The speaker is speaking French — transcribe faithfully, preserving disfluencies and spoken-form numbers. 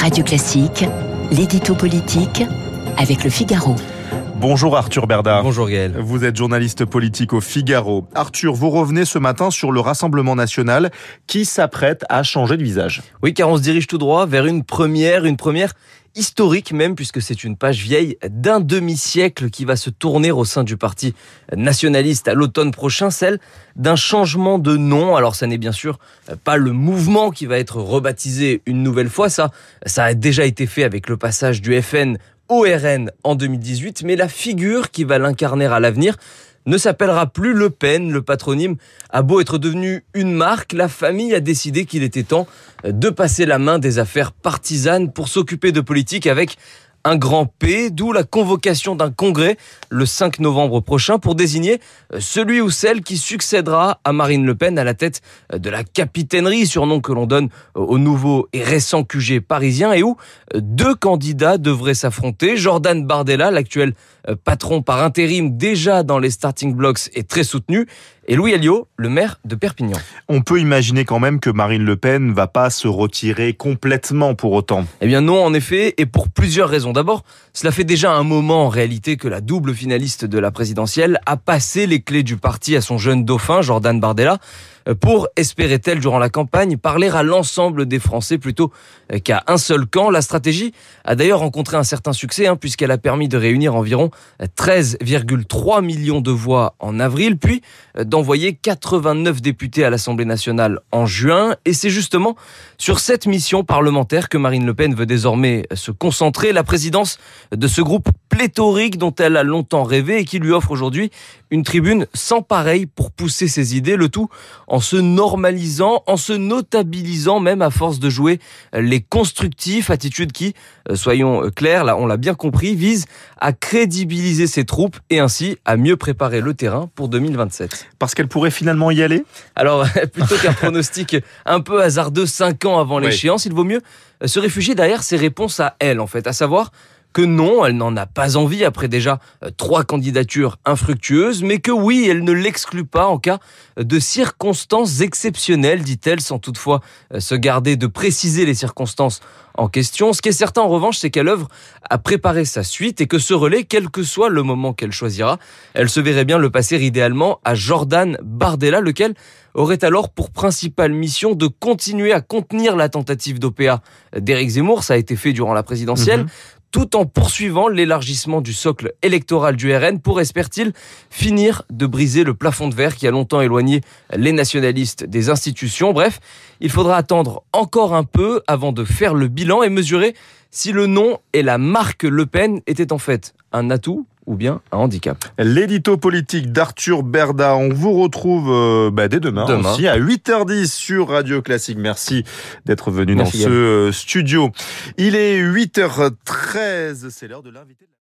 Radio Classique, l'édito politique avec Le Figaro. Bonjour Arthur Berda. Bonjour Gaël. Vous êtes journaliste politique au Figaro. Arthur, vous revenez ce matin sur le Rassemblement national qui s'apprête à changer de visage. Oui, car on se dirige tout droit vers une première, une première historique même, puisque c'est une page vieille d'un demi-siècle qui va se tourner au sein du parti nationaliste à l'automne prochain, celle d'un changement de nom. Alors ça n'est bien sûr pas le mouvement qui va être rebaptisé une nouvelle fois, ça, ça a déjà été fait avec le passage du F N au R N en deux mille dix-huit, mais la figure qui va l'incarner à l'avenir ne s'appellera plus Le Pen. Le patronyme a beau être devenu une marque, la famille a décidé qu'il était temps de passer la main des affaires partisanes pour s'occuper de politique avec un grand P, d'où la convocation d'un congrès le cinq novembre prochain pour désigner celui ou celle qui succédera à Marine Le Pen à la tête de la capitainerie, surnom que l'on donne au nouveau et récent Q G parisien, et où deux candidats devraient s'affronter. Jordan Bardella, l'actuel patron par intérim déjà dans les starting blocks et très soutenu, et Louis Alliot, le maire de Perpignan. On peut imaginer quand même que Marine Le Pen ne va pas se retirer complètement pour autant. Eh bien non, en effet, et pour plusieurs raisons. D'abord, cela fait déjà un moment en réalité que la double finaliste de la présidentielle a passé les clés du parti à son jeune dauphin, Jordan Bardella, pour, espérait-elle durant la campagne, parler à l'ensemble des Français plutôt qu'à un seul camp. La stratégie a d'ailleurs rencontré un certain succès, hein, puisqu'elle a permis de réunir environ treize virgule trois millions de voix en avril, puis d'envoyer quatre-vingt-neuf députés à l'Assemblée nationale en juin. Et c'est justement sur cette mission parlementaire que Marine Le Pen veut désormais se concentrer, la présidence de ce groupe pléthorique dont elle a longtemps rêvé et qui lui offre aujourd'hui une tribune sans pareil pour pousser ses idées, le tout en se normalisant, en se notabilisant même à force de jouer les constructifs, attitude qui, soyons clairs, là on l'a bien compris, vise à crédibiliser ses troupes et ainsi à mieux préparer le terrain pour deux mille vingt-sept. Parce qu'elle pourrait finalement y aller ? Alors, plutôt qu'un pronostic un peu hasardeux cinq ans avant l'échéance, oui. Il vaut mieux se réfugier derrière ses réponses à elle, en fait, à savoir que non, elle n'en a pas envie après déjà euh, trois candidatures infructueuses, mais que oui, elle ne l'exclut pas en cas de circonstances exceptionnelles, dit-elle, sans toutefois euh, se garder de préciser les circonstances en question. Ce qui est certain en revanche, c'est qu'elle œuvre à préparer sa suite et que ce relais, quel que soit le moment qu'elle choisira, elle se verrait bien le passer idéalement à Jordan Bardella, lequel aurait alors pour principale mission de continuer à contenir la tentative d'O P A d'Éric Zemmour, ça a été fait durant la présidentielle, mmh. tout en poursuivant l'élargissement du socle électoral du R N pour, espère-t-il, finir de briser le plafond de verre qui a longtemps éloigné les nationalistes des institutions. Bref, il faudra attendre encore un peu avant de faire le bilan et mesurer si le nom et la marque Le Pen étaient en fait un atout ou bien un handicap. L'édito politique d'Arthur Berda, on vous retrouve euh, bah, dès demain, demain aussi à huit heures dix sur Radio Classique. Merci d'être venu Merci dans ce euh, studio. Il est huit heures treize, c'est l'heure de l'invité.